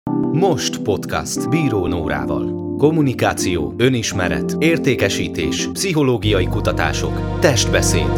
Most podcast Bíró Nórával. Kommunikáció, önismeret, értékesítés, pszichológiai kutatások, testbeszéd.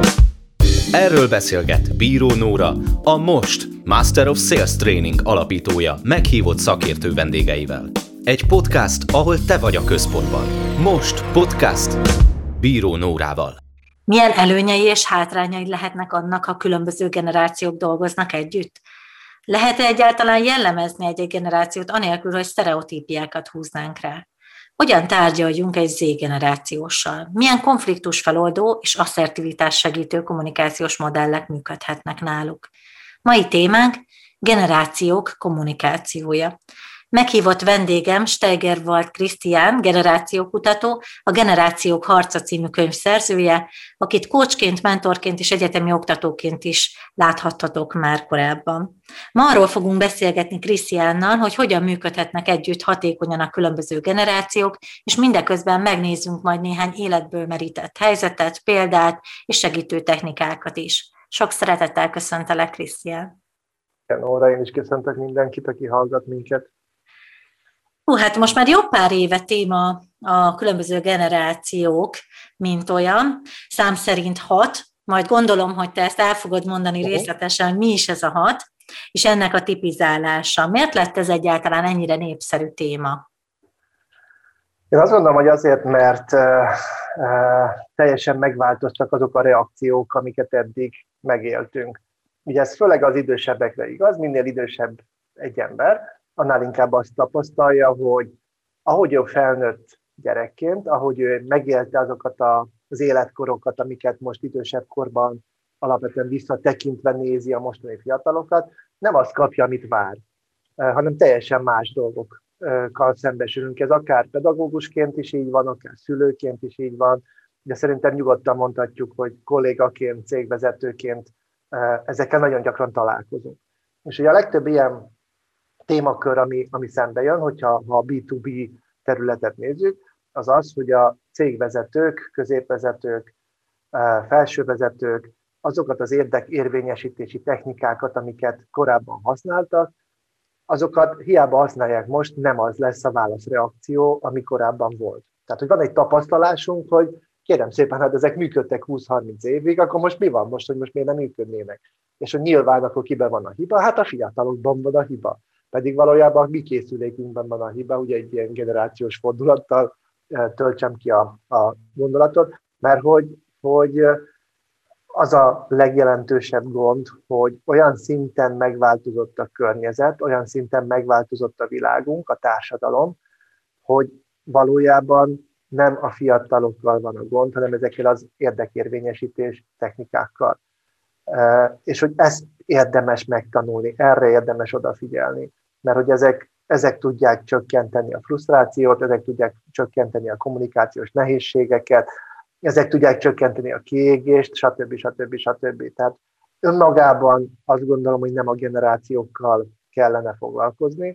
Erről beszélget Bíró Nóra, a Most Master of Sales Training alapítója meghívott szakértő vendégeivel. Egy podcast, ahol te vagy a központban. Most podcast Bíró Nórával. Milyen előnyei és hátrányai lehetnek annak, ha különböző generációk dolgoznak együtt? Lehet-e egyáltalán jellemezni egy generációt anélkül, hogy sztereotípiákat húznánk rá? Hogyan tárgyaljunk egy Z-generációssal? Milyen konfliktusfeloldó és asszertivitás segítő kommunikációs modellek működhetnek náluk? Mai témánk generációk kommunikációja. Meghívott vendégem Steigerwald Krisztián, generációkutató, a Generációk harca című könyv szerzője, akit coachként, mentorként és egyetemi oktatóként is láthattatok már korábban. Ma arról fogunk beszélgetni Krisztiánnal, hogy hogyan működhetnek együtt hatékonyan a különböző generációk, és mindeközben megnézzünk majd néhány életből merített helyzetet, példát és segítő technikákat is. Sok szeretettel köszöntelek, Krisztián! Nóra, én is köszöntök mindenkit, aki hallgat minket. Hát most már jó pár éve téma a különböző generációk, mint olyan. Szám szerint 6, majd gondolom, hogy te ezt el fogod mondani részletesen, hogy mi is ez a 6, és ennek a tipizálása. Miért lett ez egyáltalán ennyire népszerű téma? Én azt gondolom, hogy azért, mert teljesen megváltoztak azok a reakciók, amiket eddig megéltünk. Ugye ez főleg az idősebbekre igaz, minél idősebb egy ember, annál inkább azt tapasztalja, hogy ahogy ő felnőtt gyerekként, ahogy ő megélte azokat az életkorokat, amiket most idősebb korban alapvetően visszatekintve nézi a mostani fiatalokat, nem azt kapja, amit vár, hanem teljesen más dolgokkal szembesülünk. Ez akár pedagógusként is így van, akár szülőként is így van, de szerintem nyugodtan mondhatjuk, hogy kollégaként, cégvezetőként ezekkel nagyon gyakran találkozunk. És ugye a legtöbb ilyen témakör, ami szembe jön, hogyha a B2B területet nézzük, az az, hogy a cégvezetők, középvezetők, felsővezetők azokat az érdekérvényesítési technikákat, amiket korábban használtak, azokat hiába használják most, nem az lesz a válaszreakció, ami korábban volt. Tehát, hogy van egy tapasztalásunk, hogy kérem szépen, hát ezek működtek 20-30 évig, akkor most mi van most, hogy most miért nem működnének? És hogy nyilván akkor kiben van a hiba? Hát a fiatalokban van a hiba. Pedig valójában mi készülékünkben van a hiba, ugye egy ilyen generációs fordulattal töltsem ki a gondolatot, mert hogy az a legjelentősebb gond, hogy olyan szinten megváltozott a környezet, olyan szinten megváltozott a világunk, a társadalom, hogy valójában nem a fiatalokkal van a gond, hanem ezekkel az érdekérvényesítés technikákkal. És hogy ezt érdemes megtanulni, erre érdemes odafigyelni, mert hogy ezek tudják csökkenteni a frusztrációt, ezek tudják csökkenteni a kommunikációs nehézségeket, ezek tudják csökkenteni a kiégést, stb. Tehát önmagában azt gondolom, hogy nem a generációkkal kellene foglalkozni.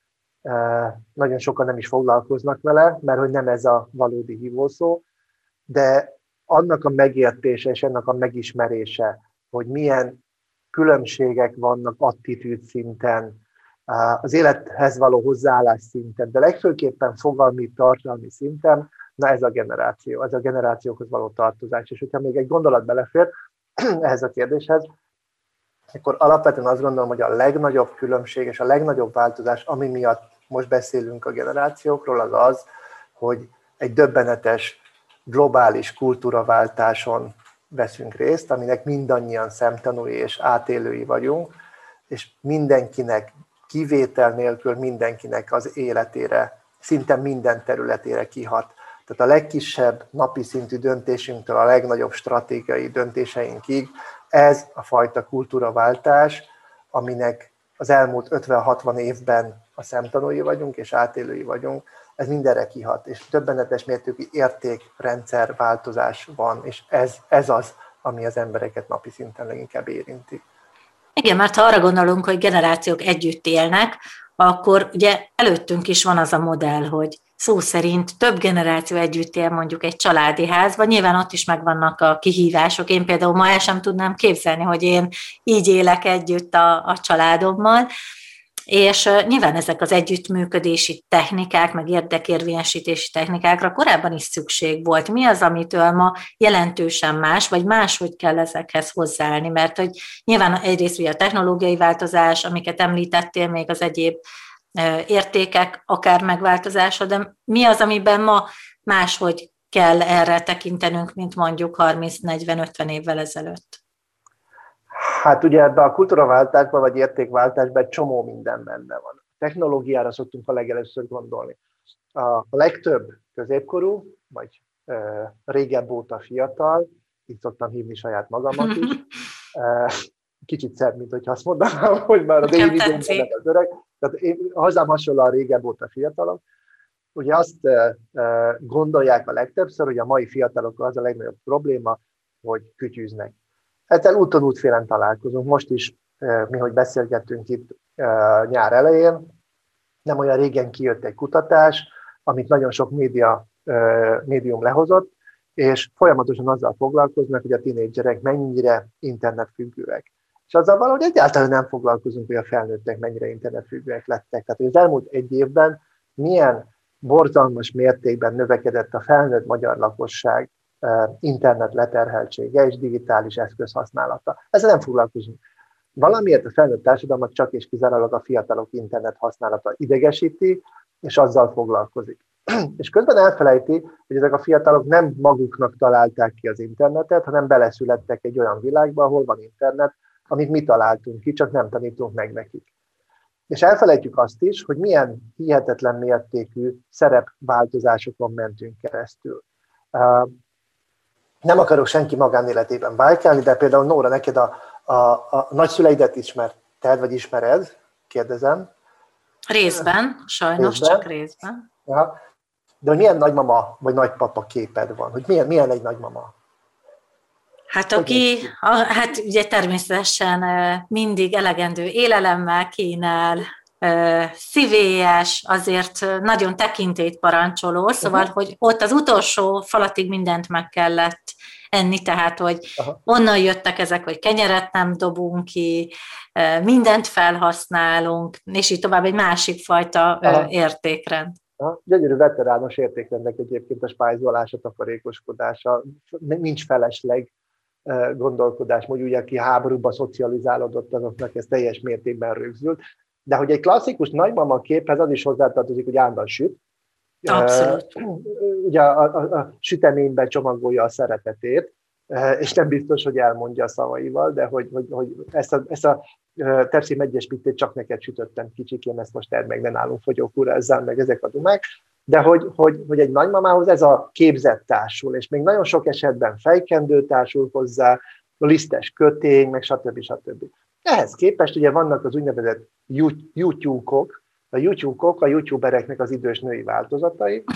Nagyon sokan nem is foglalkoznak vele, mert hogy nem ez a valódi hívószó, de annak a megértése és ennek a megismerése, hogy milyen különbségek vannak attitűd szinten, az élethez való hozzáállás szinten, de legfőképpen fogalmi, tartalmi szinten, na ez a generáció, ez a generációkhoz való tartozás. És hogyha még egy gondolat belefér ehhez a kérdéshez, akkor alapvetően azt gondolom, hogy a legnagyobb különbség és a legnagyobb változás, ami miatt most beszélünk a generációkról, az az, hogy egy döbbenetes globális kultúraváltáson veszünk részt, aminek mindannyian szemtanúi és átélői vagyunk, és mindenkinek, kivétel nélkül mindenkinek az életére, szinte minden területére kihat. Tehát a legkisebb napi szintű döntésünktől a legnagyobb stratégiai döntéseinkig ez a fajta kultúraváltás, aminek az elmúlt 50-60 évben a szemtanúi vagyunk és átélői vagyunk, ez mindenre kihat, és döbbenetes mértékű értékrendszer változás van, és ez az, ami az embereket napi szinten leginkább érinti. Igen, mert ha arra gondolunk, hogy generációk együtt élnek, akkor ugye előttünk is van az a modell, hogy szó szerint több generáció együtt él mondjuk egy családi házban, nyilván ott is megvannak a kihívások. Én például ma el sem tudnám képzelni, hogy én így élek együtt a családommal, És nyilván ezek az együttműködési technikák, meg érdekérvényesítési technikákra korábban is szükség volt. Mi az, amitől ma jelentősen más, vagy máshogy kell ezekhez hozzáállni? Mert hogy nyilván egyrészt ugye a technológiai változás, amiket említettél, még az egyéb értékek akár megváltozása, de mi az, amiben ma máshogy kell erre tekintenünk, mint mondjuk 30-40-50 évvel ezelőtt? Hát ugye ebben a kultúraváltásban vagy értékváltásban egy csomó minden benne van. A technológiára szoktunk a legelőször gondolni. A legtöbb középkorú, vagy régebb óta fiatal, így szoktam hívni saját magamat is, kicsit szebb, mint hogyha azt mondanám, hogy már az én időmben az öreg. Tehát hozzám hasonlóan régebb óta fiatalok. Ugye azt gondolják a legtöbbször, hogy a mai fiatalokkal az a legnagyobb probléma, hogy kütyűznek. Ezzel úton útfélen találkozunk. Most is, mi hogy beszélgettünk itt nyár elején, nem olyan régen kijött egy kutatás, amit nagyon sok médium lehozott, és folyamatosan azzal foglalkoznak, hogy a tínédzserek mennyire internetfüggőek. És azzal valahogy egyáltalán nem foglalkozunk, hogy a felnőttek mennyire internetfüggőek lettek. Tehát, hogy az elmúlt egy évben milyen borzalmas mértékben növekedett a felnőtt magyar lakosság internet leterheltsége és digitális eszköz használata. Ezzel nem foglalkozunk. Valamiért a felnőtt társadalmat csak és kizárólag a fiatalok internet használata idegesíti, és azzal foglalkozik. És közben elfelejti, hogy ezek a fiatalok nem maguknak találták ki az internetet, hanem beleszülettek egy olyan világba, ahol van internet, amit mi találtunk ki, csak nem tanítunk meg nekik. És elfelejtjük azt is, hogy milyen hihetetlen mértékű szerepváltozásokon mentünk keresztül. Nem akarok senki magánéletében bájkálni, de például Nóra, neked a nagyszüleidet ismerted, vagy ismered? Kérdezem. Részben, sajnos csak részben. Ja. De hogy milyen nagymama vagy nagypapa képed van? Hogy milyen egy nagymama? Hát ugye természetesen mindig elegendő élelemmel kínál, szívélyes, azért nagyon tekintélyt parancsoló, szóval, hogy ott az utolsó falatig mindent meg kellett enni, tehát, hogy onnan jöttek ezek, hogy kenyeret nem dobunk ki, mindent felhasználunk, és így tovább egy másik fajta értékrend. Gyönyörű veterános értékrendek egyébként a spájzolás, a takarékoskodása, nincs felesleg gondolkodás, hogy ugye aki háborúban szocializálódott, azoknak ez teljes mértékben rögzült. De hogy egy klasszikus nagymama képhez az is hozzátartozik, hogy állandóan süt. Abszolút. Ugye a süteményben csomagolja a szeretetét, és nem biztos, hogy elmondja a szavaival, de hogy ezt a Tepsi megyes pittét csak neked sütöttem kicsikém, ezt most edd meg, ne nálunk fogyókúrázzál meg, ezek a dumák. De hogy egy nagymamához ez a képzett társul, és még nagyon sok esetben fejkendő társul hozzá, lisztes kötény, meg stb. Ehhez képest ugye vannak az úgynevezett YouTube-ok, a YouTubereknek az idős női változatai,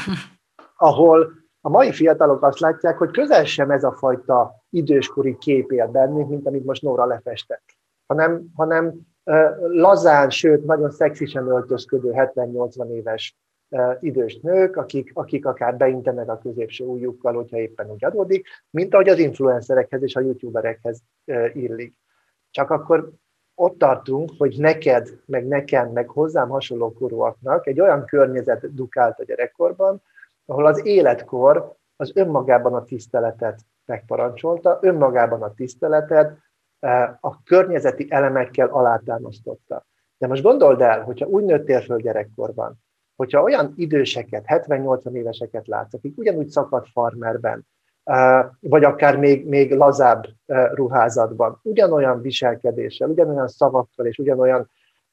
ahol a mai fiatalok azt látják, hogy közel sem ez a fajta időskori kép él bennünk, mint amit most Nóra lefestett, hanem lazán, sőt nagyon szexisen öltözködő 70-80 éves idős nők, akik akár beintenek a középső ujjukkal, hogyha éppen úgy adódik, mint ahogy az influencerekhez és a youtuberekhez illik. Csak akkor ott tartunk, hogy neked, meg nekem, meg hozzám hasonló korúaknak egy olyan környezet dukált a gyerekkorban, ahol az életkor az önmagában a tiszteletet megparancsolta, önmagában a tiszteletet a környezeti elemekkel alátámasztotta. De most gondold el, hogyha úgy nőttél föl gyerekkorban, hogyha olyan időseket, 70-80 éveseket látsz, akik ugyanúgy szakadt farmerben, vagy akár még lazább ruházatban, ugyanolyan viselkedéssel, ugyanolyan szavakkal és ugyanolyan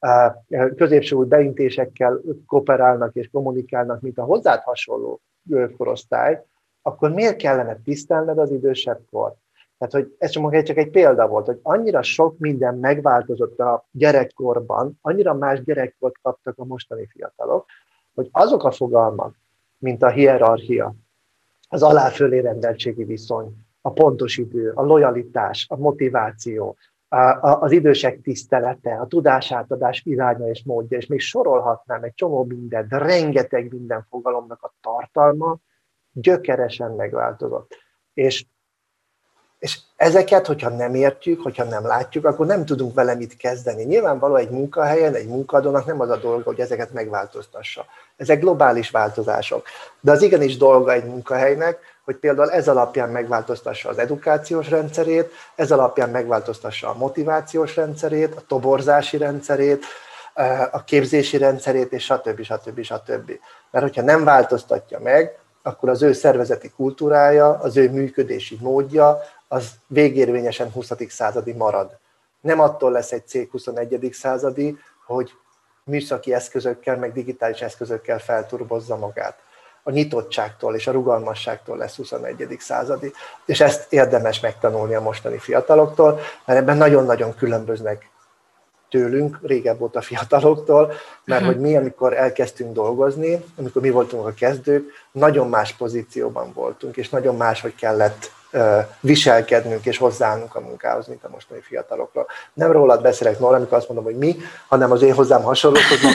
középső beintésekkel kooperálnak és kommunikálnak, mint a hozzád hasonló korosztály, akkor miért kellene tisztelned az idősebb kort? Tehát, hogy ez csak egy példa volt, hogy annyira sok minden megváltozott a gyerekkorban, annyira más gyerekkort kaptak a mostani fiatalok, hogy azok a fogalmak, mint a hierarchia, az alá-fölé rendeltségi viszony, a pontos idő, a lojalitás, a motiváció, az idősek tisztelete, a tudásátadás iránya és módja, és még sorolhatnám egy csomó mindent, de rengeteg minden fogalomnak a tartalma gyökeresen megváltozott. És És ezeket, hogyha nem értjük, hogyha nem látjuk, akkor nem tudunk vele mit kezdeni. Nyilvánvalóan egy munkahelyen, egy munkadónak nem az a dolga, hogy ezeket megváltoztassa. Ezek globális változások. De az igenis dolga egy munkahelynek, hogy például ez alapján megváltoztassa az edukációs rendszerét, ez alapján megváltoztassa a motivációs rendszerét, a toborzási rendszerét, a képzési rendszerét, és stb. Mert hogyha nem változtatja meg, akkor az ő szervezeti kultúrája, az ő működési módja, az végérvényesen 20. századi marad. Nem attól lesz egy cég 21. századi, hogy műszaki eszközökkel, meg digitális eszközökkel felturbozza magát. A nyitottságtól és a rugalmasságtól lesz 21. századi. És ezt érdemes megtanulni a mostani fiataloktól, mert ebben nagyon-nagyon különböznek tőlünk, régebb óta fiataloktól, mert hogy mi, amikor elkezdtünk dolgozni, amikor mi voltunk a kezdők, nagyon más pozícióban voltunk, és nagyon máshogy kellett viselkednünk és hozzáállnunk a munkához, mint a mostani fiatalokról. Nem rólad beszélek, Nóra, amikor azt mondom, hogy mi, hanem az én hozzám hasonlókhoz,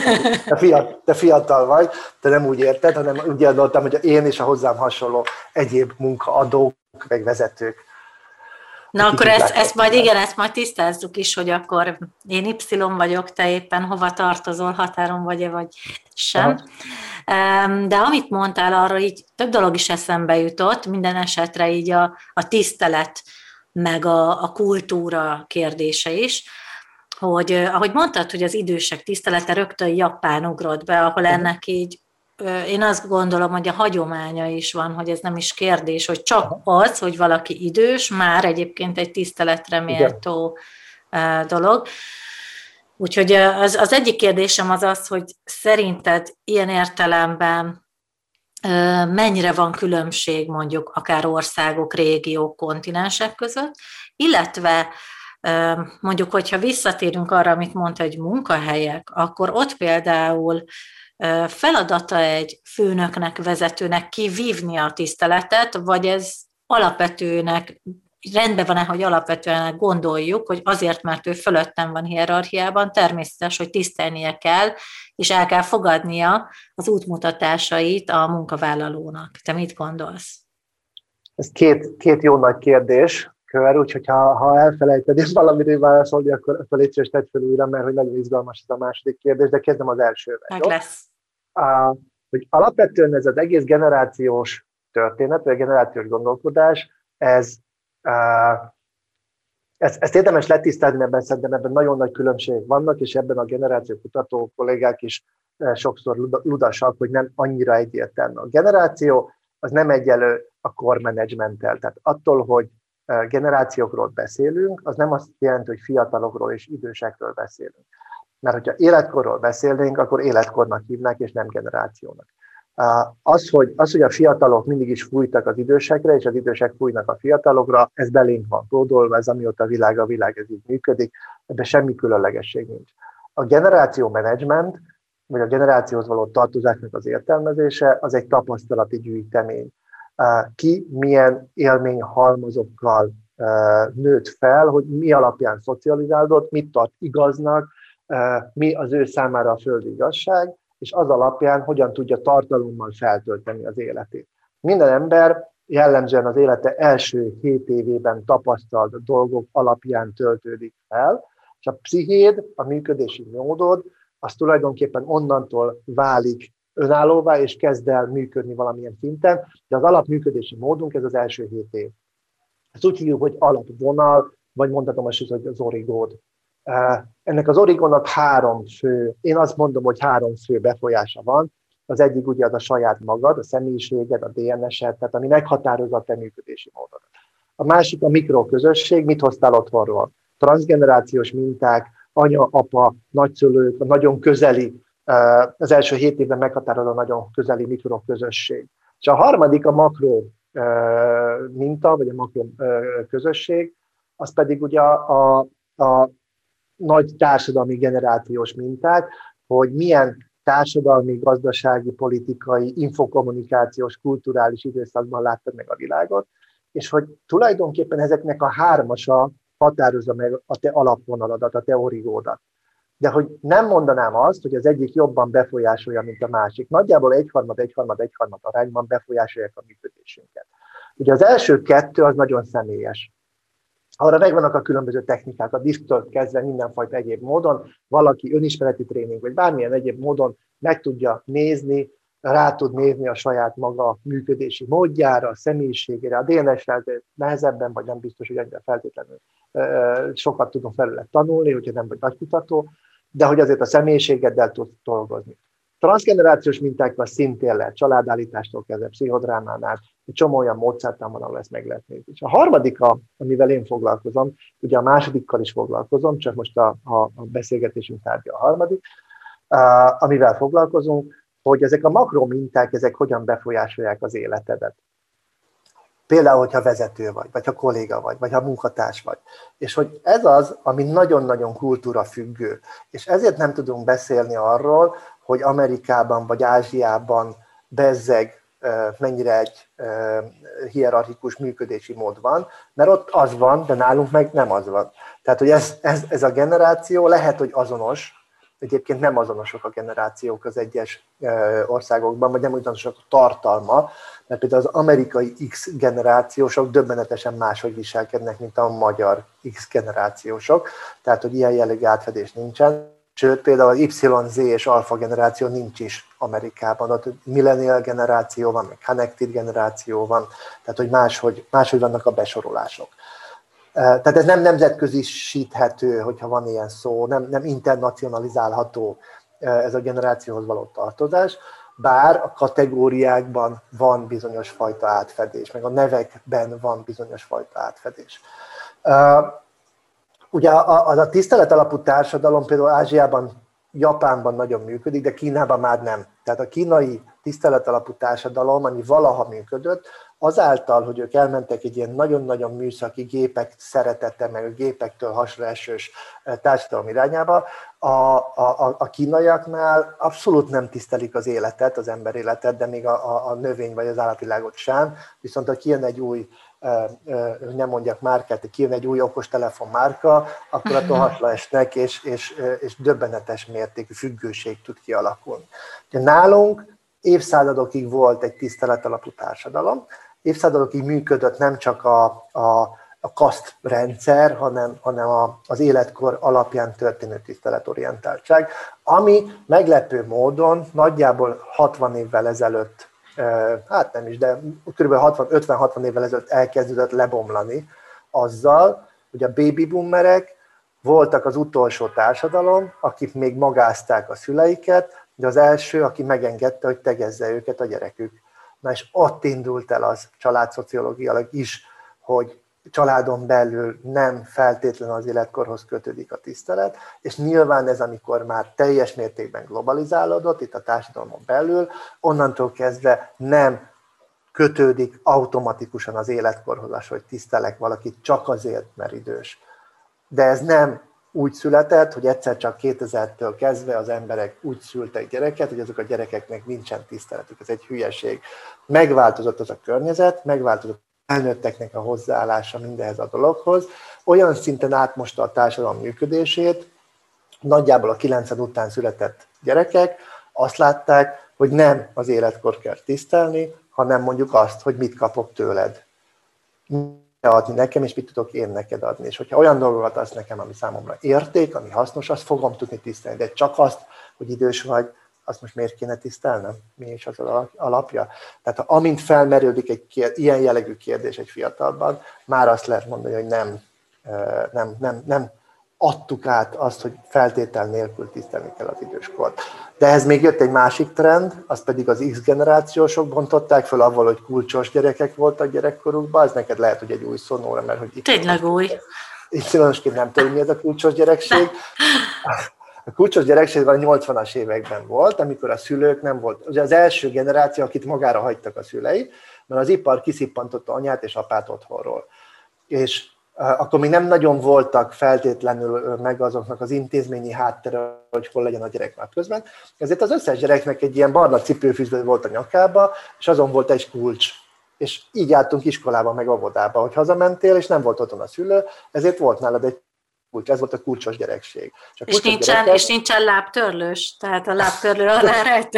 te fiatal vagy, te nem úgy érted, hanem úgy gondoltam, hogy én és a hozzám hasonló egyéb munkaadók, meg vezetők. Na akkor ezt majd tisztázzuk is, hogy akkor én Y vagyok, te éppen hova tartozol, határon vagy-e, vagy sem. De amit mondtál, arra így több dolog is eszembe jutott, minden esetre így a tisztelet, meg a kultúra kérdése is, hogy ahogy mondtad, hogy az idősek tisztelete, rögtön Japán ugrott be, ahol ennek így, én azt gondolom, hogy a hagyománya is van, hogy ez nem is kérdés, hogy csak az, hogy valaki idős, már egyébként egy tiszteletre méltó dolog. Úgyhogy az egyik kérdésem az, hogy szerinted ilyen értelemben mennyire van különbség mondjuk akár országok, régiók, kontinensek között, illetve mondjuk, hogyha visszatérünk arra, amit mondta, hogy munkahelyek, akkor ott például feladata egy főnöknek, vezetőnek kivívni a tiszteletet, vagy ez alapvetőnek, rendben van-e, hogy alapvetően gondoljuk, hogy azért, mert ő fölöttem van hierarchiában, természetes, hogy tisztelnie kell, és el kell fogadnia az útmutatásait a munkavállalónak. Te mit gondolsz? Ez két jó nagy kérdés, Kör, úgyhogy ha elfelejted és valamire válaszolni, akkor légy szíves, tedd fel újra, mert hogy nagyon izgalmas ez a második kérdés, de kezdem az elsővel. Meg lesz. Hogy alapvetően ez az egész generációs történet, vagy a generációs gondolkodás, ezt érdemes letisztázni, mert szerintem ebben nagyon nagy különbségek vannak, és ebben a generációkutató kollégák is sokszor ludasak, hogy nem annyira egyértelmű. A generáció az nem egyenlő a kormenedzsmenttel. Tehát attól, hogy generációkról beszélünk, az nem azt jelenti, hogy fiatalokról és idősekről beszélünk. Mert hogyha életkorról beszélnénk, akkor életkornak hívnák, és nem generációnak. Az, hogy a fiatalok mindig is fújtak az idősekre, és az idősek fújnak a fiatalokra, ez belénk van kódolva, ez amióta a világ ez így működik, ebben semmi különlegesség nincs. A generációmenedzsment, vagy a generációhoz való tartozásnak az értelmezése, az egy tapasztalati gyűjtemény. Ki milyen élményhalmazokkal nőtt fel, hogy mi alapján szocializálódott, mit tart igaznak, mi az ő számára a földi igazság, és az alapján hogyan tudja tartalommal feltölteni az életét. Minden ember jellemzően az élete első 7 évében tapasztalt dolgok alapján töltődik fel, és a pszichéd, a működési módod, az tulajdonképpen onnantól válik önállóvá, és kezd el működni valamilyen szinten, de az alapműködési módunk ez az első 7 év. Ezt úgy hívjuk, hogy alapvonal, vagy mondhatom azt is, hogy az origód. Ennek az origónak 3 fő, én azt mondom, hogy 3 fő befolyása van. Az egyik ugye az a saját magad, a személyiséged, a DNS-ed, tehát ami meghatározza a te működési módot. A másik a mikroközösség, mit hoztál otthonról. Transgenerációs minták, anya, apa, nagyszülők, a nagyon közeli, az első 7 évben meghatározó nagyon közeli mikroközösség. És a harmadik a makro minta, vagy a makro közösség, az pedig ugye a nagy társadalmi generációs minták, hogy milyen társadalmi, gazdasági, politikai, infokommunikációs, kulturális időszakban láttad meg a világot, és hogy tulajdonképpen ezeknek a 3-asa határozza meg a te alapvonaladat, a te origódat. De hogy nem mondanám azt, hogy az egyik jobban befolyásolja, mint a másik. Nagyjából 1/3 arányban befolyásolják a működésünket. Ugye az első 2 az nagyon személyes. arra megvannak a különböző technikák, a diszktől kezdve mindenfajta egyéb módon, valaki önismereti tréning, vagy bármilyen egyéb módon meg tudja nézni, rá tud nézni a saját maga működési módjára, a személyiségére, a DNS-re nehezebben, vagy nem biztos, hogy ennyire feltétlenül sokat tudunk felőle tanulni, hogyha nem vagy nagykutató, de hogy azért a személyiségeddel tud dolgozni. Transzgenerációs mintákkal szintén lehet, családállítástól kezdve, pszichodrámánál, egy csomó olyan módszertan van, ahol ezt meg lehet nézni. És a harmadik, amivel én foglalkozom, ugye a másodikkal is foglalkozom, csak most a beszélgetésünk tárgya a harmadik, amivel foglalkozunk, hogy ezek a makrominták, ezek hogyan befolyásolják az életedet. Például, hogyha vezető vagy ha kolléga vagy ha munkatárs vagy. És hogy ez az, ami nagyon-nagyon kultúrafüggő. És ezért nem tudunk beszélni arról, hogy Amerikában vagy Ázsiában bezzeg mennyire egy hierarchikus működési mód van, mert ott az van, de nálunk meg nem az van. Tehát, hogy ez a generáció lehet, hogy azonos, egyébként nem azonosok a generációk az egyes országokban, vagy nem azonosok a tartalma, mert például az amerikai X generációsok döbbenetesen máshogy viselkednek, mint a magyar X generációsok, tehát, hogy ilyen jellegű átfedés nincsen. Sőt, például az YZ és alfa generáció nincs is Amerikában, ott millennial generáció van, meg connected generáció van, tehát, hogy máshogy vannak a besorolások. Tehát ez nem nemzetközisíthető, hogyha van ilyen szó, nem internacionalizálható ez a generációhoz való tartozás, bár a kategóriákban van bizonyos fajta átfedés, meg a nevekben van bizonyos fajta átfedés. Ugye az a tisztelet alapú társadalom például Ázsiában, Japánban nagyon működik, de Kínában már nem. Tehát a kínai tisztelet alapú társadalom, ami valaha működött, azáltal, hogy ők elmentek egy ilyen nagyon-nagyon műszaki gépek szeretete, meg a gépektől hasraesős társadalom irányába, a kínaiaknál abszolút nem tisztelik az életet, az ember életet, de még a növény vagy az állatvilágot sem, viszont ha kijön egy új, nem mondjak márkát, kijön egy új okostelefon márka, akkor attól hasra esnek, és döbbenetes mértékű függőség tud kialakulni. Nálunk évszázadokig volt egy tisztelet alapú társadalom, évszázadokig működött nem csak a kasztrendszer, hanem az életkor alapján történő tiszteletorientáltság, ami meglepő módon nagyjából 60 évvel ezelőtt, hát nem is, de kb. 50-60 évvel ezelőtt elkezdődött lebomlani azzal, hogy a baby boomerek voltak az utolsó társadalom, akik még magázták a szüleiket, de az első, aki megengedte, hogy tegezze őket a gyerekük. Na és ott indult el az családszociológiailag is, hogy családon belül nem feltétlenül az életkorhoz kötődik a tisztelet, és nyilván ez, amikor már teljes mértékben globalizálódott itt a társadalmon belül, onnantól kezdve nem kötődik automatikusan az életkorhoz az, hogy tisztelek valakit csak azért, mert idős. De ez nem úgy született, hogy egyszer csak 2000-től kezdve az emberek úgy szültek gyereket, hogy azok a gyerekeknek nincsen tiszteletük. Ez egy hülyeség. Megváltozott az a környezet, megváltozott a felnőtteknek a hozzáállása mindenhez a dologhoz. Olyan szinten átmosta a társadalom működését, nagyjából a 90 után született gyerekek azt látták, hogy nem az életkor kell tisztelni, hanem mondjuk azt, hogy mit kapok tőled. Adni nekem, és mit tudok én neked adni. És hogyha olyan dolgokat adsz nekem, ami számomra érték, ami hasznos, azt fogom tudni tisztelni. De csak azt, hogy idős vagy, azt most miért kéne tisztelnem? Mi is az alapja? Tehát amint felmerődik egy ilyen jellegű kérdés egy fiatalban, már azt lehet mondani, hogy nem adtuk át azt, hogy feltétel nélkül tisztelni kell az időskort. De ehhez még jött egy másik trend, az pedig az X-generációsok bontották föl avval, hogy kulcsos gyerekek voltak gyerekkorukban. Ez neked lehet, hogy egy új szó, Nóra, mert hogy... Tényleg új. Így nem tudom, mi ez a kulcsos gyerekség. A kulcsos gyerekség a 80-as években volt, amikor a szülők nem volt. Ugye az első generáció, akit magára hagytak a szülei, mert az ipar kiszippantotta anyát és apát otthonról. És akkor még nem nagyon voltak feltétlenül meg azoknak az intézményi háttere, hogy hol legyen a gyerek már közben. Ezért az összes gyereknek egy ilyen barna cipőfűző volt a nyakába, és azon volt egy kulcs. És így jártunk iskolába, meg óvodába, hogy hazamentél, és nem volt otthon a szülő, ezért volt nálad egy kulcs, ez volt a kulcsos gyerekség. És nincsen lábtörlős, tehát a lábtörlő alá rejtő.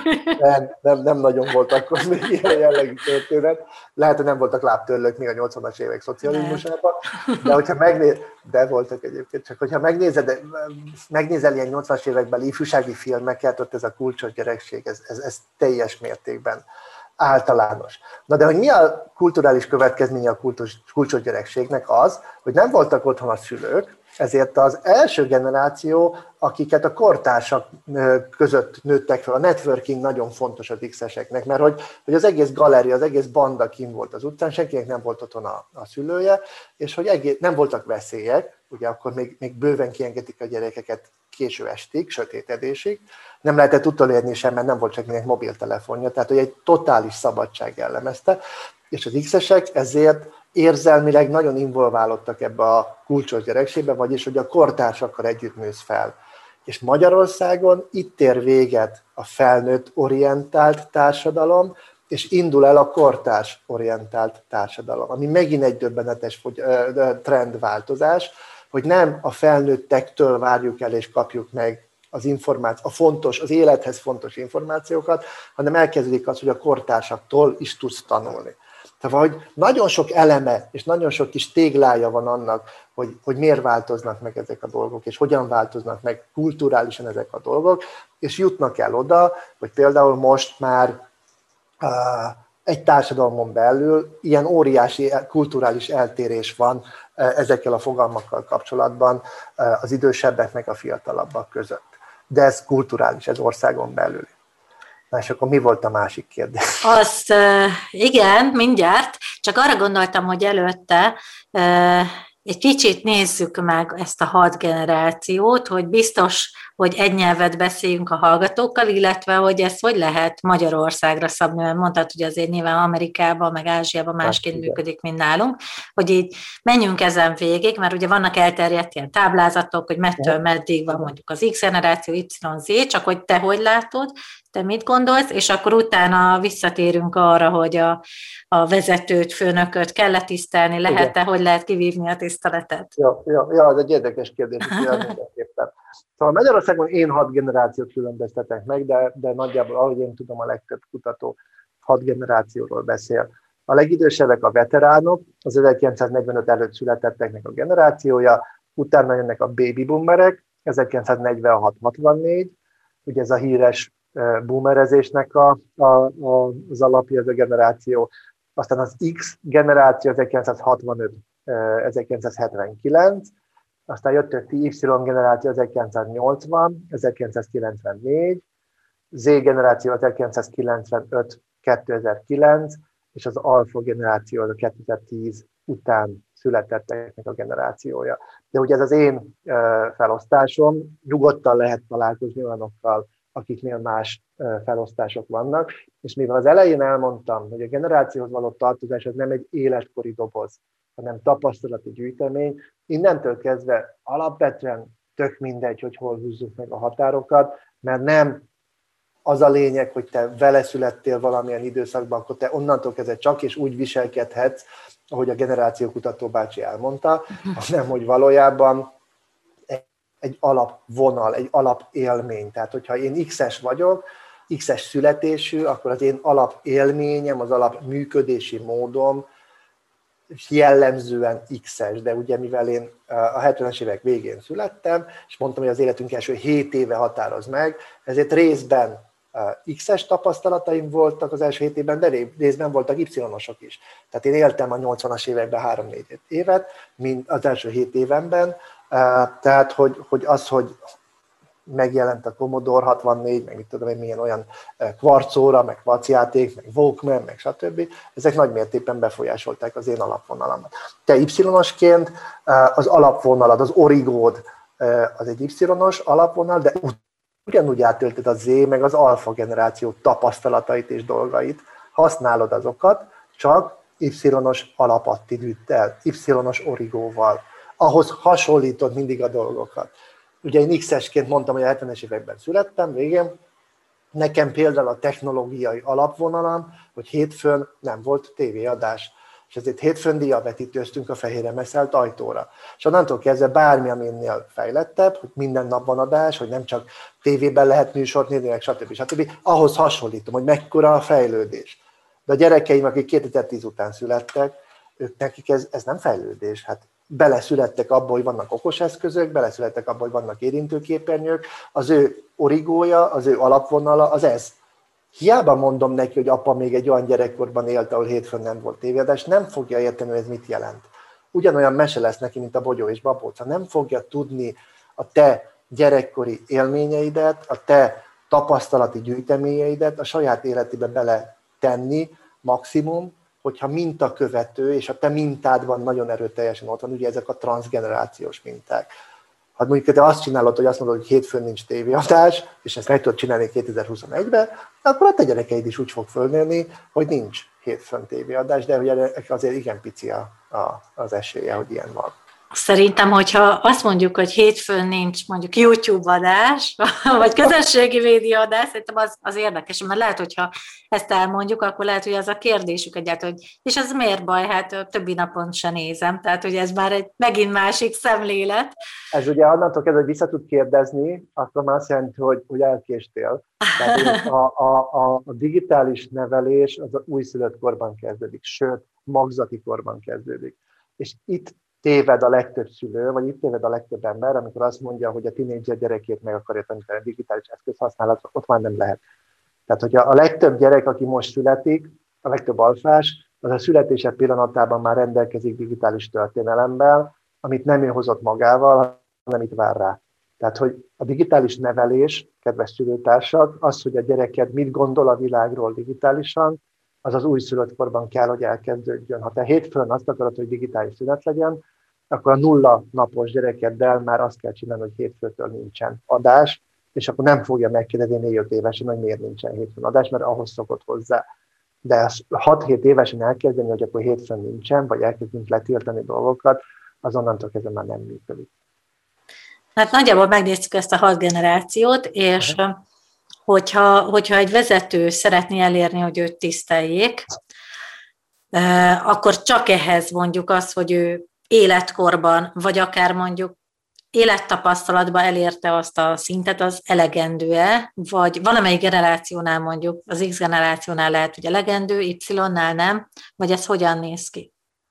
Nem nagyon volt akkor még ilyen jellegű történet. Lehet, hogy nem voltak lábtörlők még a 80-as évek szocializmusában, de voltak egyébként. Csak hogyha megnézel ilyen 80-as években ifjúsági filmeket, ott ez a kulcsos gyerekség, ez teljes mértékben általános. Na de hogy mi a kulturális következménye a kulcsos gyerekségnek az, hogy nem voltak otthon a szülők, ezért az első generáció, akiket a kortársak között nőttek fel, a networking nagyon fontos az X-eseknek, mert hogy az egész galéria, az egész banda kint volt az utcán, senkinek nem volt otthon a szülője, és hogy nem voltak veszélyek, ugye akkor még bőven kiengedik a gyerekeket késő estig, sötétedésig, nem lehetett utolérni sem, mert nem volt csak mindenki mobiltelefonja, tehát hogy egy totális szabadság jellemezte, és az X-esek ezért érzelmileg nagyon involválódtak ebbe a kulcsos gyerekségbe, vagyis hogy a kortársakkal együtt nősz fel. És Magyarországon itt ér véget a felnőtt orientált társadalom, és indul el a kortárs orientált társadalom, ami megint egy döbbenetes trendváltozás, hogy nem a felnőttektől várjuk el és kapjuk meg az élethez fontos információkat, hanem elkezdődik az, hogy a kortársaktól is tudsz tanulni. Tehát nagyon sok eleme és nagyon sok kis téglája van annak, hogy miért változnak meg ezek a dolgok, és hogyan változnak meg kulturálisan ezek a dolgok, és jutnak el oda, hogy például most már egy társadalmon belül ilyen óriási kulturális eltérés van ezekkel a fogalmakkal kapcsolatban az idősebbek meg a fiatalabbak között. De ez kulturális, ez országon belül. Na és akkor mi volt a másik kérdés? Igen, mindjárt. Csak arra gondoltam, hogy előtte egy kicsit nézzük meg ezt a 6 generációt, hogy biztos, hogy egy nyelvet beszéljünk a hallgatókkal, illetve hogy ezt hogy lehet Magyarországra szabni, mert mondtad, hogy azért nyilván Amerikában, meg Ázsiában másként működik, mint nálunk, hogy így menjünk ezen végig, mert ugye vannak elterjedt ilyen táblázatok, hogy mettől meddig van mondjuk az X generáció, Y, Z, csak hogy te hogy látod, te mit gondolsz, és akkor utána visszatérünk arra, hogy a vezetőt, főnököt kell tisztelni, lehet-e, hogy lehet kivívni a tiszteletet? Ja, ez egy érdekes kérdés, mindenképpen. Szóval Magyarországon én 6 generációt különböztetek meg, de nagyjából, ahogy én tudom, a legtöbb kutató 6 generációról beszél. A legidősebbek a veteránok, az 1945 előtt születetteknek a generációja, utána jönnek a baby boomerek, 1946-64, ugye ez a híres boomerezésnek az alapja, ez a generáció. Aztán az X generáció 1965-1979, aztán jött a Y generáció 1980, 1994, Z generáció 1995-2009, és az alfa generáció az a 2010 után születetteknek a generációja. De ugye ez az én felosztásom, nyugodtan lehet találkozni olyanokkal, akiknél más felosztások vannak, és mivel az elején elmondtam, hogy a generációhoz való tartozás az nem egy életkori doboz, hanem tapasztalati gyűjtemény, innentől kezdve alapvetően tök mindegy, hogy hol húzzuk meg a határokat, mert nem az a lényeg, hogy te vele születtél valamilyen időszakban, akkor te onnantól kezdve csak és úgy viselkedhetsz, ahogy a generációkutató bácsi elmondta, hanem hogy valójában egy alapvonal, egy alapélmény. Tehát, hogyha én X-es vagyok, X-es születésű, akkor az én alapélményem, az alapműködési módom jellemzően X-es, de ugye mivel én a 70-es évek végén születtem, és mondtam, hogy az életünk első 7 éve határoz meg, ezért részben X-es tapasztalataim voltak az első 7 évben, de részben voltak Y-osok is. Tehát én éltem a 80-as években 3-4 évet, az első 7 évenben, tehát hogy megjelent a Commodore 64, meg mit tudom én, milyen olyan kvarcóra, meg kvarcjáték, meg Walkman, meg stb. Ezek nagy mértékben befolyásolták az én alapvonalamat. Te Y-osként az alapvonalad, az origód az egy Y-os alapvonal, de ugyanúgy átölted a Z, meg az alfa generáció tapasztalatait és dolgait, használod azokat, csak Y-os alapattitűddel, Y-os origóval. Ahhoz hasonlítod mindig a dolgokat. Ugye én X-esként mondtam, hogy a 70-es években születtem, végén. Nekem például a technológiai alapvonalam, hogy hétfőn nem volt tévéadás. És ezért hétfőn diabetitőztünk a fehérre meszelt ajtóra. És onnantól kezdve bármi, aminél fejlettebb, hogy minden nap van adás, hogy nem csak tévében lehet műsort nézni, meg stb. Ahhoz hasonlítom, hogy mekkora a fejlődés. De a gyerekeim, akik 2010 után születtek, nekik ez nem fejlődés. Hát beleszülettek abba, hogy vannak okos eszközök, beleszülettek abba, hogy vannak érintőképernyők, az ő origója, az ő alapvonala, az ez. Hiába mondom neki, hogy apa még egy olyan gyerekkorban élt, ahol hétfőn nem volt tévéadás, nem fogja érteni, hogy ez mit jelent. Ugyanolyan mese lesz neki, mint a Bogyó és Babóca. Nem fogja tudni a te gyerekkori élményeidet, a te tapasztalati gyűjteményeidet a saját életébe beletenni maximum, hogyha mintakövető, és a te mintádban nagyon erőteljesen ott van, ugye ezek a transzgenerációs minták. Ha mondjuk te azt csinálod, hogy azt mondod, hogy hétfőn nincs tévéadás, és ezt meg tudod csinálni 2021-ben, akkor a te gyerekeid is úgy fog fölnőni, hogy nincs hétfőn tévéadás, de ugye azért igen pici az esélye, hogy ilyen van. Szerintem, hogyha azt mondjuk, hogy hétfőn nincs mondjuk YouTube adás, vagy közösségi média adás, szerintem az érdekes, mert lehet, hogyha ezt elmondjuk, akkor lehet, hogy az a kérdésük egyáltalán, hogy és ez miért baj, hát többi napon se nézem, tehát hogy ez már egy megint másik szemlélet. Ez ugye annantól kezdve, hogy vissza tud kérdezni, akkor már azt jelenti, hogy elkéstél. Tehát a digitális nevelés az újszülött korban kezdődik, sőt, magzati korban kezdődik. És itt téved a legtöbb szülő, vagy itt téved a legtöbb ember, amikor azt mondja, hogy a tínédzser gyerekét meg akarja tanítani a digitális eszközhasználatra, ott már nem lehet. Tehát, hogyha a legtöbb gyerek, aki most születik, a legtöbb alfás, az a születése pillanatában már rendelkezik digitális történelemmel, amit nem ő hozott magával, hanem itt vár rá. Tehát, hogy a digitális nevelés, kedves szülőtársak, az, hogy a gyereked mit gondol a világról digitálisan, az az újszülött korban kell, hogy elkezdődjön. Ha te hétfőn azt akarod, hogy digitális szünet legyen, akkor a 0 napos gyerekeddel már azt kell csinálni, hogy hétfőtől nincsen adás, és akkor nem fogja megkérdezni 4-5 évesen, hogy miért nincsen hétfőn adás, mert ahhoz szokott hozzá. De 6-7 évesen elkezdeni, hogy akkor hétfőn nincsen, vagy elkezdünk letiltani dolgokat, azonnantól kezdve már nem működik. Hát nagyjából megnéztük ezt a 6 generációt, és hogyha egy vezető szeretné elérni, hogy őt tiszteljék, akkor csak ehhez mondjuk az, hogy ő életkorban, vagy akár mondjuk élettapasztalatban elérte azt a szintet, az elegendő-e, vagy valamelyik generációnál mondjuk, az X generációnál lehet, hogy elegendő, Y-nál nem, vagy ez hogyan néz ki?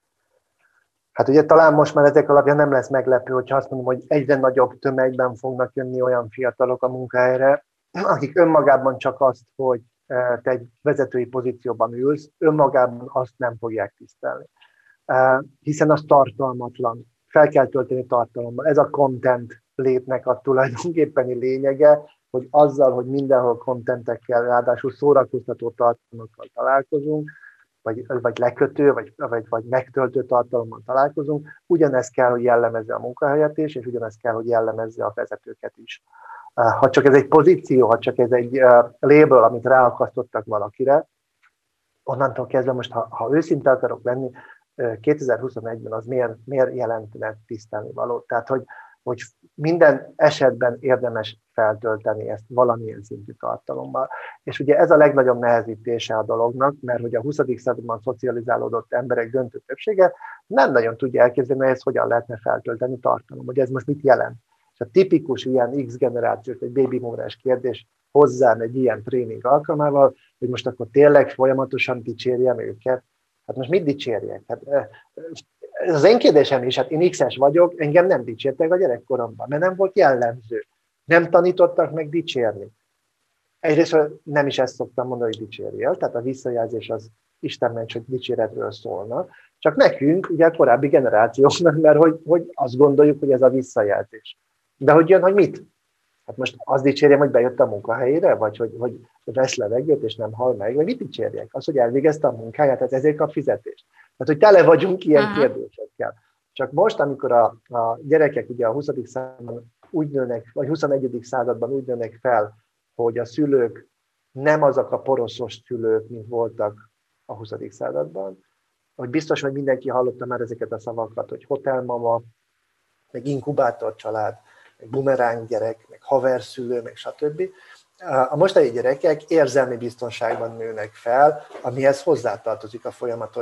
Hát ugye talán most már ezek alapján nem lesz meglepő, hogyha azt mondom, hogy egyre nagyobb tömegben fognak jönni olyan fiatalok a munkahelyre, akik önmagában csak azt, hogy te egy vezetői pozícióban ülsz, önmagában azt nem fogják tisztelni. Hiszen az tartalmatlan. Fel kell tölteni tartalommal. Ez a content létnek a tulajdonképpeni lényege, hogy azzal, hogy mindenhol contentekkel, ráadásul szórakoztató tartalmakkal találkozunk, vagy lekötő, vagy megtöltő tartalommal találkozunk, ugyanezt kell, hogy jellemezze a munkahelyet is, és ugyanezt kell, hogy jellemezze a vezetőket is. Ha csak ez egy pozíció, ha csak ez egy label, amit ráakasztottak valakire, onnantól kezdve most, ha őszinte akarok lenni, 2021-ben az miért jelentene tisztelni való. Tehát, hogy minden esetben érdemes feltölteni ezt valamilyen szintű tartalommal. És ugye ez a legnagyobb nehezítése a dolognak, mert hogy a 20. században szocializálódott emberek döntő többsége nem nagyon tudja elképzelni, hogy ezt hogyan lehetne feltölteni tartalom, hogy ez most mit jelent. És a tipikus ilyen X generációs, vagy baby boomeres kérdés hozzám egy ilyen tréning alkalmával, hogy most akkor tényleg folyamatosan dicsérjem őket. Hát most mit dicsérjek? Hát, ez az én kérdésem is, hát én X-es vagyok, engem nem dicsértek a gyerekkoromban, mert nem volt jellemző. Nem tanítottak meg dicsérni. Egyrészt nem is ezt szoktam mondani, hogy dicsérjél, tehát a visszajelzés az Isten ments, hogy dicséretről szólna. Csak nekünk, ugye a korábbi generációknak, mert hogy azt gondoljuk, hogy ez a visszajelzés. De hogy jön, hogy mit? Hát most azt dicsérjem, hogy bejött a munkahelyére, vagy hogy vesz levegőt, és nem hal meg, vagy mit dicsérjek? Az, hogy elvégezte a munkáját, tehát ezért kap fizetést. Tehát, hogy tele vagyunk ilyen kérdésekkel. Csak most, amikor a gyerekek ugye a 20. században úgy nőnek, vagy 21. században úgy nőnek fel, hogy a szülők nem azok a poroszos szülők, mint voltak a 20. században, hogy biztos, hogy mindenki hallotta már ezeket a szavakat, hogy hotelmama, meg inkubátorcsalád, meg bumeráng gyerek, meg haverszülő, meg stb. A mostani gyerekek érzelmi biztonságban nőnek fel, amihez hozzátartozik a folyamatos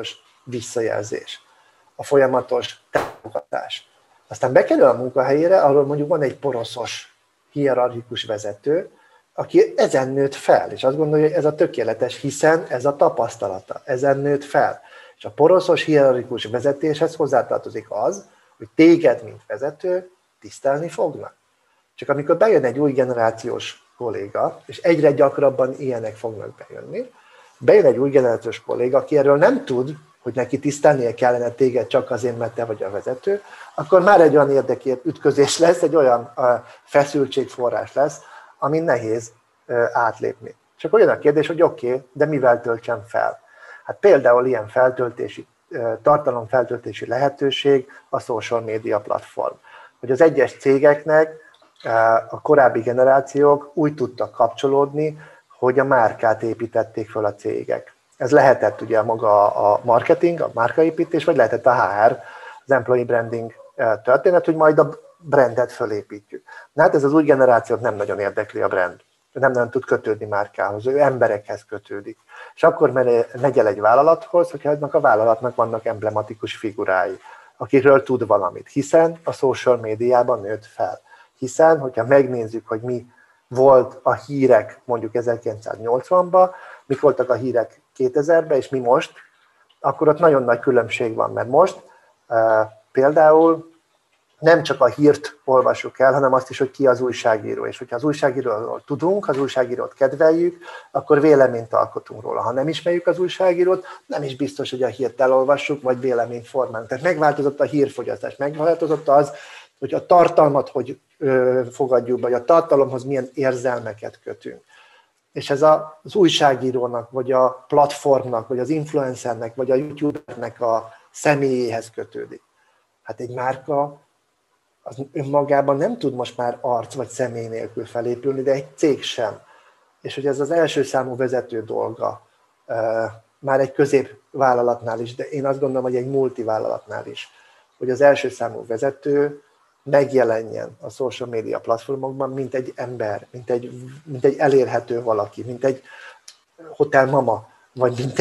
visszajelzés, a folyamatos támogatás. Aztán bekerül a munkahelyére, ahol mondjuk van egy poroszos, hierarchikus vezető, aki ezen nőtt fel, és azt gondolja, hogy ez a tökéletes, hiszen ez a tapasztalata, ezen nőtt fel. És a poroszos, hierarchikus vezetéshez hozzátartozik az, hogy téged, mint vezető, tisztelni fognak. Csak amikor bejön egy új generációs kolléga, és egyre gyakrabban ilyenek fognak bejönni, bejön egy új generációs kolléga, aki erről nem tud, hogy neki tisztelnie kellene téged csak azért, mert te vagy a vezető, akkor már egy olyan érdekütközés lesz, egy olyan feszültségforrás lesz, amin nehéz átlépni. Csak olyan a kérdés, hogy oké, de mivel töltsem fel? Hát például ilyen tartalomfeltöltési lehetőség a social media platform. Hogy az egyes cégeknek a korábbi generációk úgy tudtak kapcsolódni, hogy a márkát építették fel a cégek. Ez lehetett ugye maga a marketing, a márkaépítés, vagy lehetett a HR, az employee branding történet, hogy majd a brandet fölépítjük. Na hát ez az új generációt nem nagyon érdekli a brand. Ő nem nagyon tud kötődni márkához, ő emberekhez kötődik. És akkor megy el egy vállalathoz, hogyha ennek a vállalatnak vannak emblematikus figurái, akikről tud valamit, hiszen a social médiában nőtt fel. Hiszen, hogyha megnézzük, hogy mi volt a hírek mondjuk 1980-ban, mik voltak a hírek 2000-ben, és mi most, akkor ott nagyon nagy különbség van, mert most például nem csak a hírt olvassuk el, hanem azt is, hogy ki az újságíró. És hogyha az újságíróról tudunk, az újságírót kedveljük, akkor véleményt alkotunk róla. Ha nem ismerjük az újságírót, nem is biztos, hogy a hírt elolvassuk, vagy véleményt formálunk. Tehát megváltozott a hírfogyasztás, megváltozott az, hogy a tartalmat hogy fogadjuk, vagy a tartalomhoz milyen érzelmeket kötünk. És ez az újságírónak, vagy a platformnak, vagy az influencernek, vagy a youtubernek a személyéhez kötődik. Hát egy márka az önmagában nem tud most már arc vagy személy nélkül felépülni, de egy cég sem. És hogy ez az első számú vezető dolga, már egy középvállalatnál is, de én azt gondolom, hogy egy multivállalatnál is, hogy az első számú vezető megjelenjen a social media platformokban, mint egy ember, mint egy elérhető valaki, mint egy hotelmama, vagy mint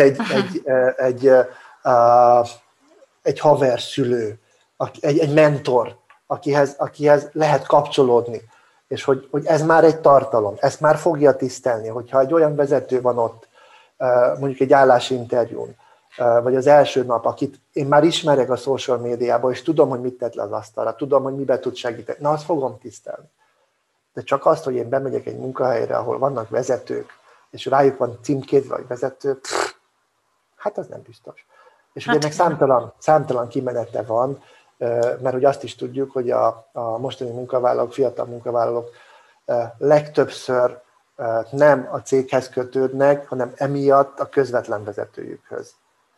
egy haverszülő, egy mentor, akihez lehet kapcsolódni, és hogy ez már egy tartalom, ezt már fogja tisztelni, hogyha egy olyan vezető van ott, mondjuk egy állásinterjún, vagy az első nap, akit én már ismerek a social médiából, és tudom, hogy mit tett le az asztalra, tudom, hogy mibe tud segíteni, na azt fogom tisztelni. De csak azt, hogy én bemegyek egy munkahelyre, ahol vannak vezetők, és rájuk van címkézve, vagy vezető, hát az nem biztos. És ugye ennek számtalan kimenete van, mert hogy azt is tudjuk, hogy a mostani munkavállalók, fiatal munkavállalók legtöbbször nem a céghez kötődnek, hanem emiatt a közvetlen vezetőjükhöz.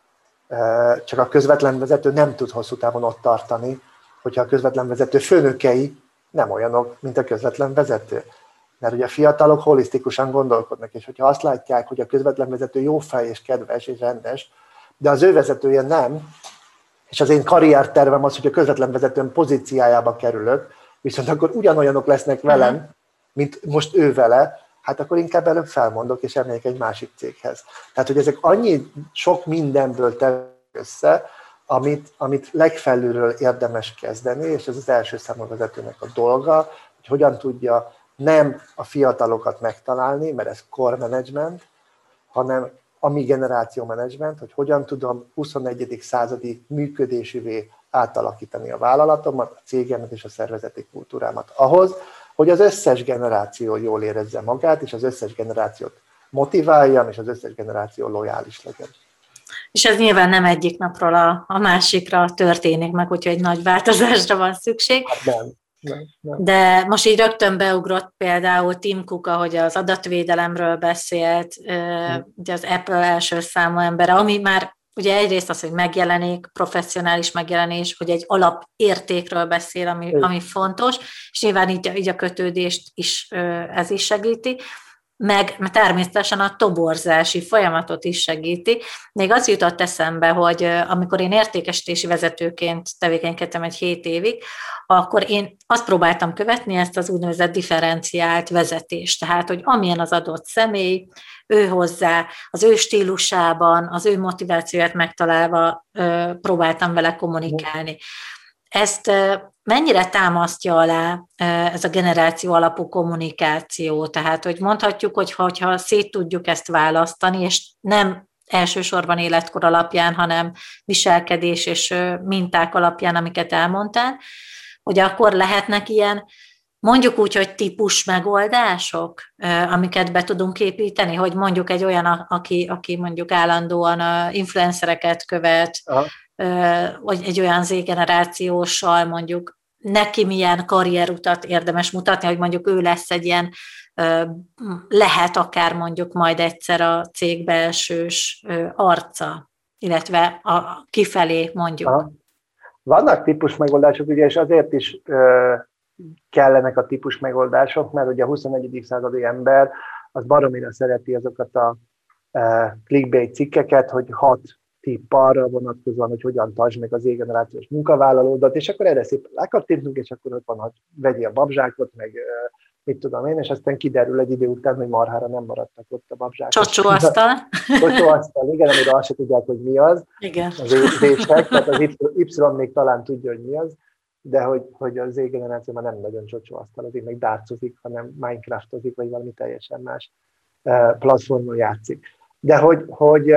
Csak a közvetlen vezető nem tud hosszú távon ott tartani, hogyha a közvetlen vezető főnökei nem olyanok, mint a közvetlen vezető. Mert ugye a fiatalok holisztikusan gondolkodnak, és hogyha azt látják, hogy a közvetlen vezető jó fej és kedves és rendes, de az ő vezetője nem, és az én karriertervem az, hogy a közvetlen vezetőm pozíciájába kerülök, viszont akkor ugyanolyanok lesznek velem, mint most ő vele, hát akkor inkább előbb felmondok, és elmegyek egy másik céghez. Tehát, hogy ezek annyi sok mindenből tevnek össze, amit legfelülről érdemes kezdeni, és ez az első számú vezetőnek a dolga, hogy hogyan tudja nem a fiatalokat megtalálni, mert ez core management, hanem a mi generáció management, hogy hogyan tudom 21. századi működésivé átalakítani a vállalatomat, a cégemet és a szervezeti kultúrámat ahhoz, hogy az összes generáció jól érezze magát, és az összes generációt motiváljam, és az összes generáció lojális legyen. És ez nyilván nem egyik napról a másikra történik meg, úgyhogy egy nagy változásra van szükség. Hát nem. De most így rögtön beugrott például Tim Cook, ahogy az adatvédelemről beszélt, ugye az Apple első számú embere, ami már ugye egyrészt az, hogy megjelenik, professzionális megjelenés, hogy egy alapértékről beszél, ami fontos, és nyilván így a kötődést is ez is segíti. meg természetesen a toborzási folyamatot is segíti. Még az jutott eszembe, hogy amikor én értékesítési vezetőként tevékenykedtem egy 7 évig, akkor én azt próbáltam követni, ezt az úgynevezett differenciált vezetést, tehát, hogy amilyen az adott személy, ő hozzá, az ő stílusában, az ő motivációját megtalálva próbáltam vele kommunikálni. Ezt mennyire támasztja alá ez a generáció alapú kommunikáció? Tehát, hogy mondhatjuk, hogy ha szét tudjuk ezt választani, és nem elsősorban életkor alapján, hanem viselkedés és minták alapján, amiket elmondtál, hogy akkor lehetnek ilyen, mondjuk úgy, hogy típus megoldások, amiket be tudunk építeni, hogy mondjuk egy olyan, aki mondjuk állandóan influencereket követ, vagy egy olyan Z-generációssal mondjuk neki milyen karrierutat érdemes mutatni, hogy mondjuk ő lesz egy ilyen, lehet akár mondjuk majd egyszer a cég belsős arca, illetve a kifelé mondjuk. Aha. Vannak típus megoldások, ugye, és azért is kellenek a típus megoldások, mert ugye a 21. századi ember az baromira szereti azokat a clickbait cikkeket, hogy 6 tipp arra vonatkozóan, hogy hogyan tartsd meg az Z-generációs munkavállalódat, és akkor erre szépen rákattintunk, és akkor ott van, hogy vegyi a babzsákot, meg mit tudom én, és aztán kiderül egy idő után, hogy marhára nem maradtak ott a babzsákok. Csocsóasztal. Csocsóasztal, igen, amire azt se tudják, hogy mi az. Igen. Az Z-sek, tehát az Y még talán tudja, hogy mi az, de hogy a Z-generáció már nem nagyon csocsóasztal, azért meg dárcozik, hanem Minecraftozik, vagy valami teljesen más platformon játszik. De hogy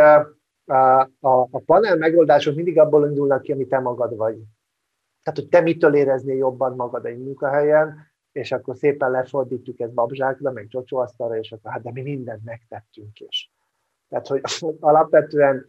a panel megoldások mindig abból indulnak ki, ami te magad vagy. Tehát, hogy te mitől éreznél jobban magad egy munkahelyen, és akkor szépen lefordítjuk ezt babzsákra, meg csocsóasztalra, és akkor hát de mi mindent megtettünk is. Tehát, hogy alapvetően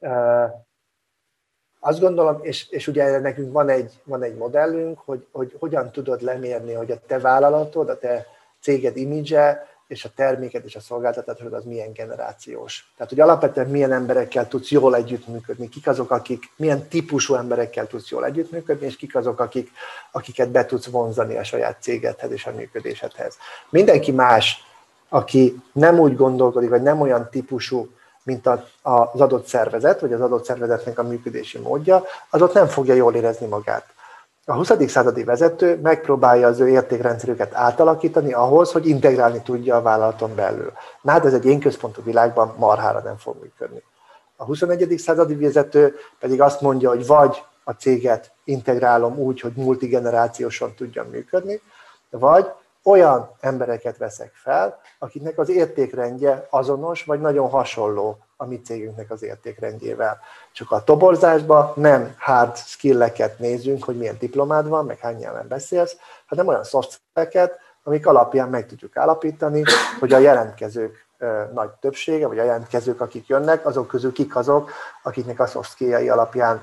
azt gondolom, és ugye nekünk van egy modellünk, hogy hogyan tudod lemérni, hogy a te vállalatod, a te céged imidzse, és a terméked és a szolgáltatásod az milyen generációs. Tehát, hogy alapvetően milyen emberekkel tudsz jól együttműködni, kik azok, milyen típusú emberekkel tudsz jól együttműködni, és kik azok, akiket be tudsz vonzani a saját cégedhez és a működésedhez. Mindenki más, aki nem úgy gondolkodik, vagy nem olyan típusú, mint az adott szervezet, vagy az adott szervezetnek a működési módja, az ott nem fogja jól érezni magát. A 20. századi vezető megpróbálja az ő értékrendszerüket átalakítani ahhoz, hogy integrálni tudja a vállalaton belül. Na hát ez egy énközpontú világban marhára nem fog működni. A 21. századi vezető pedig azt mondja, hogy vagy a céget integrálom úgy, hogy multigenerációsan tudjon működni, vagy olyan embereket veszek fel, akiknek az értékrendje azonos, vagy nagyon hasonló a mi cégünknek az értékrendjével. Csak a toborzásban nem hard skill-eket nézünk, hogy milyen diplomád van, meg hány nyelven beszélsz, hanem olyan soft skill-eket, amik alapján meg tudjuk állapítani, hogy a jelentkezők nagy többsége, vagy a jelentkezők, akik jönnek, azok közül kik azok, akiknek a soft skill-jai alapján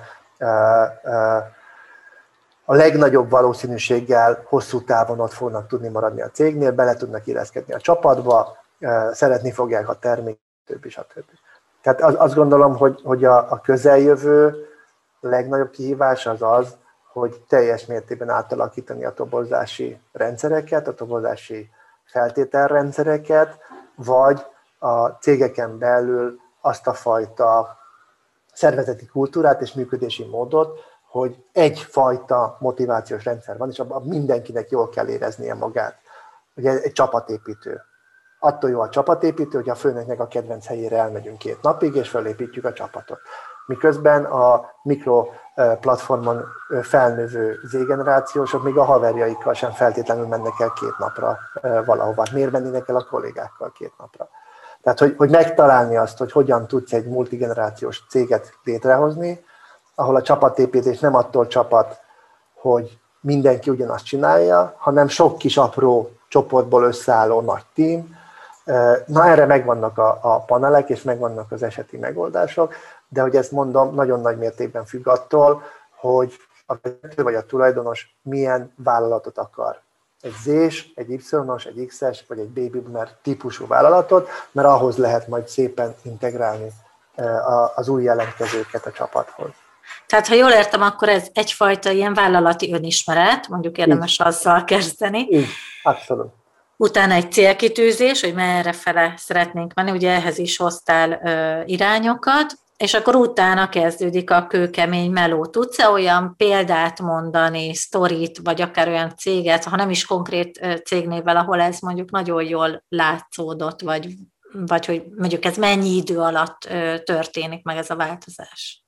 a legnagyobb valószínűséggel hosszú távon ott fognak tudni maradni a cégnél, bele tudnak illeszkedni a csapatba, szeretni fogják a terméket, stb. Tehát azt gondolom, hogy a közeljövő legnagyobb kihívás az az, hogy teljes mértékben átalakítani a toborzási rendszereket, a toborzási feltételrendszereket, vagy a cégeken belül azt a fajta szervezeti kultúrát és működési módot, hogy egyfajta motivációs rendszer van, és abban mindenkinek jól kell éreznie magát. Ugye egy csapatépítő. Attól jó a csapatépítő, hogy a főnöknek a kedvenc helyére elmegyünk 2 napig, és felépítjük a csapatot. Miközben a mikroplatformon felnövő Z-generációsok még a haverjaikkal sem feltétlenül mennek el 2 napra valahova. Miért mennének el a kollégákkal 2 napra? Tehát, hogy megtalálni azt, hogy hogyan tudsz egy multigenerációs céget létrehozni, ahol a csapatépítés nem attól csapat, hogy mindenki ugyanazt csinálja, hanem sok kis apró csoportból összeálló nagy tím. Na erre megvannak a panelek, és megvannak az eseti megoldások, de hogy ezt mondom, nagyon nagy mértékben függ attól, hogy a vezető vagy a tulajdonos milyen vállalatot akar. Egy Z-s, egy Y-os, egy X-es, vagy egy baby boomer típusú vállalatot, mert ahhoz lehet majd szépen integrálni az új jelentkezőket a csapathoz. Tehát, ha jól értem, akkor ez egyfajta ilyen vállalati önismeret, mondjuk érdemes azzal kezdeni. Így, abszolút. Utána egy célkitűzés, hogy merre fele szeretnénk menni, ugye ehhez is hoztál irányokat, és akkor utána kezdődik a kőkemény meló. Tudsz-e olyan példát mondani, sztorit, vagy akár olyan céget, ha nem is konkrét cégnévvel, ahol ez mondjuk nagyon jól látszódott, vagy hogy mondjuk ez mennyi idő alatt történik meg ez a változás?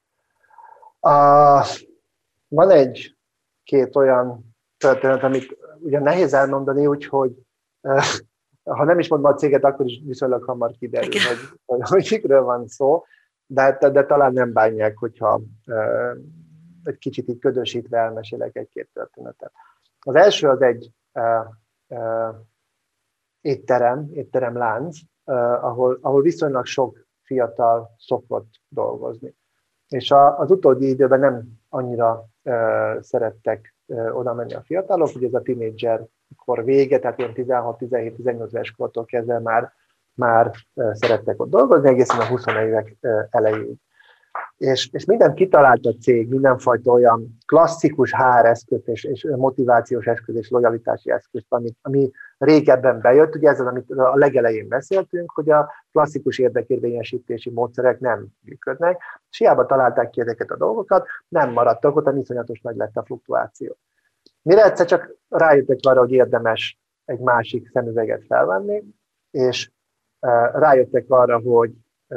Van egy-két olyan történet, amit ugye nehéz elmondani, úgyhogy ha nem is mondom a céget, akkor is viszonylag hamar kiderül, hogy mikről van szó, de talán nem bánják, hogyha egy kicsit így ködösítve elmesélek egy-két történetet. Az első az egy étteremlánc, ahol viszonylag sok fiatal szokott dolgozni. És az utóbbi időben nem annyira szerettek oda menni a fiatalok, ugye ez a tínédzser kor vége, tehát ilyen 16-17-18 éves kortól kezdve már szerettek ott dolgozni, egészen a 20 évek elejéig. És minden kitalált a cég, mindenfajta olyan klasszikus HR eszközt és motivációs eszköz és lojalitási eszközt, ami régebben bejött, ugye ez az, amit a legelején beszéltünk, hogy a klasszikus érdekérvényesítési módszerek nem működnek, és hiába találták ki ezeket a dolgokat, nem maradtak ott, iszonyatos nagy lett a fluktuáció. Mire egyszer csak rájöttek arra, hogy érdemes egy másik szemüveget felvenni, és rájöttek arra, hogy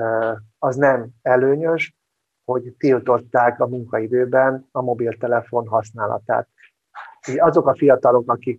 az nem előnyös, hogy tiltották a munkaidőben a mobiltelefon használatát. Azok a fiatalok, akik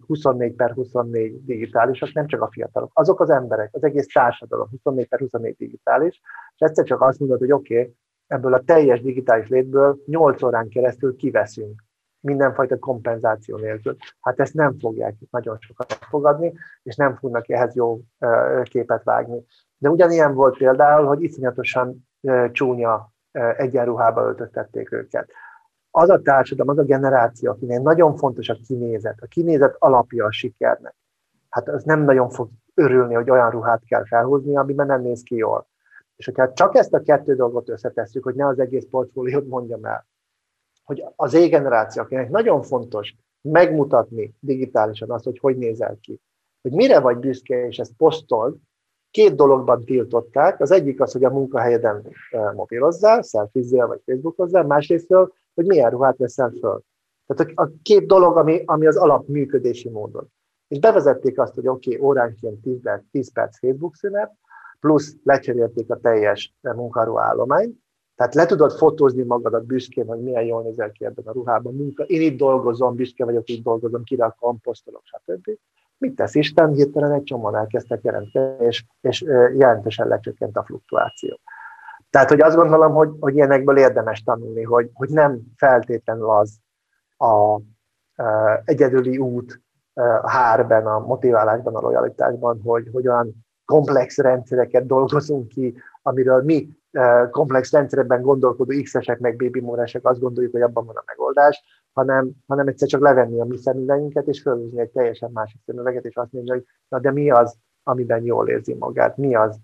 24/24 digitálisak, nem csak a fiatalok, azok az emberek, az egész társadalom 24/24 digitális, és egyszer csak azt mondod, hogy oké, ebből a teljes digitális létből 8 órán keresztül kiveszünk mindenfajta kompenzáció nélkül. Hát ezt nem fogják nagyon sokat fogadni, és nem fognak ehhez jó képet vágni. De ugyanilyen volt például, hogy iszonyatosan csúnya egyenruhába öltöztették őket. Az a társadalom, az a generáció, akinek nagyon fontos a kinézet alapja a sikernek. Hát az nem nagyon fog örülni, hogy olyan ruhát kell felhúzni, amiben nem néz ki jól. És hogyha csak ezt a kettő dolgot összetesszük, hogy ne az egész portfóliót mondjam el, hogy az Z-generáció, akinek nagyon fontos megmutatni digitálisan azt, hogy nézel ki, hogy mire vagy büszke, és ezt posztold, 2 dologban tiltották. Az egyik az, hogy a munkahelyeden mobilozzál, selfizzél vagy facebookozzál, másrésztől, hogy milyen ruhát veszel föl. Tehát a 2 dolog, ami az alapműködési módod. És bevezették azt, hogy oké, óránként 10 perc Facebook szünet, plusz lecserélték a teljes munkaruhállományt, tehát le tudod fotózni magadat büszkén, hogy milyen jól nézel ki ebben a ruhában. Én itt dolgozom, büszke vagyok, itt dolgozom, kirakom, posztolok, stb. Mit tesz Isten? Hirtelen egy csomóan elkezdtek jelentkezni, és jelentősen lecsökkent a fluktuáció. Tehát, hogy azt gondolom, hogy ilyenekből érdemes tanulni, hogy nem feltétlenül az a egyedüli út a HR-ben, a motiválásban, a lojalitásban, hogy olyan komplex rendszereket dolgozunk ki, amiről mi komplex rendszerekben gondolkodó X-esek, meg baby boomesek azt gondoljuk, hogy abban van a megoldás, hanem egyszer csak levenni a mi szemüvegünket, és fölhúzni egy teljesen másik szemüveget, és azt mondani, hogy na de mi az, amiben jól érzi magát, mi az,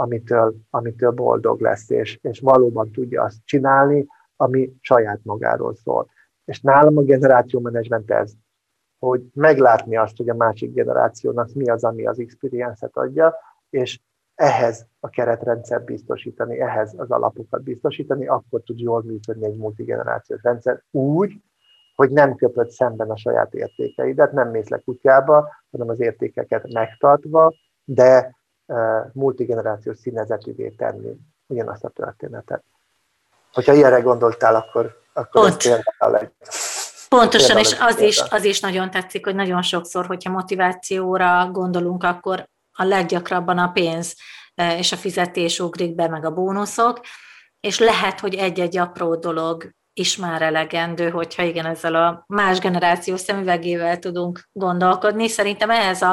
amitől boldog lesz, és valóban tudja azt csinálni, ami saját magáról szól. És nálam a generációmenedzsment ez, hogy meglátni azt, hogy a másik generációnak mi az, ami az experience-et adja, és ehhez a keretrendszert biztosítani, ehhez az alapokat biztosítani, akkor tud jól működni egy multigenerációs rendszer úgy, hogy nem köpöd szemben a saját értékeidet, nem mész le kutyába, hanem az értékeket megtartva, de multigenerációs színezetűvé tenni ugyanazt a történetet. Hogyha ilyenre gondoltál, akkor ez például pontosan, és az is nagyon tetszik, hogy nagyon sokszor, hogyha motivációra gondolunk, akkor a leggyakrabban a pénz és a fizetés ugrik be, meg a bónuszok, és lehet, hogy egy-egy apró dolog is már elegendő, hogyha igen, ezzel a más generációs szemüvegével tudunk gondolkodni. Szerintem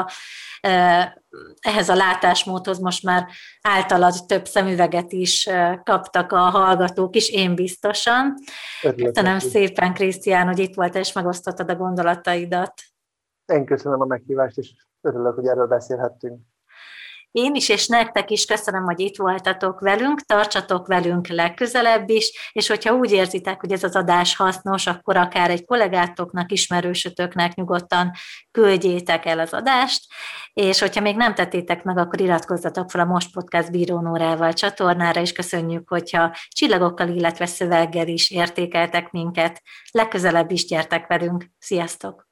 ehhez a látásmódhoz most már általad több szemüveget is kaptak a hallgatók is, én biztosan. Köszönöm szépen, Krisztián, hogy itt voltál és megosztottad a gondolataidat. Én köszönöm a meghívást, és örülök, hogy erről beszélhettünk. Én is, és nektek is köszönöm, hogy itt voltatok velünk, tartsatok velünk legközelebb is, és hogyha úgy érzitek, hogy ez az adás hasznos, akkor akár egy kollégátoknak, ismerősötöknek nyugodtan küldjétek el az adást, és hogyha még nem tettétek meg, akkor iratkozzatok fel a Most Podcast Bíró Nórával csatornára, és köszönjük, hogyha csillagokkal, illetve szöveggel is értékeltek minket. Legközelebb is gyertek velünk. Sziasztok!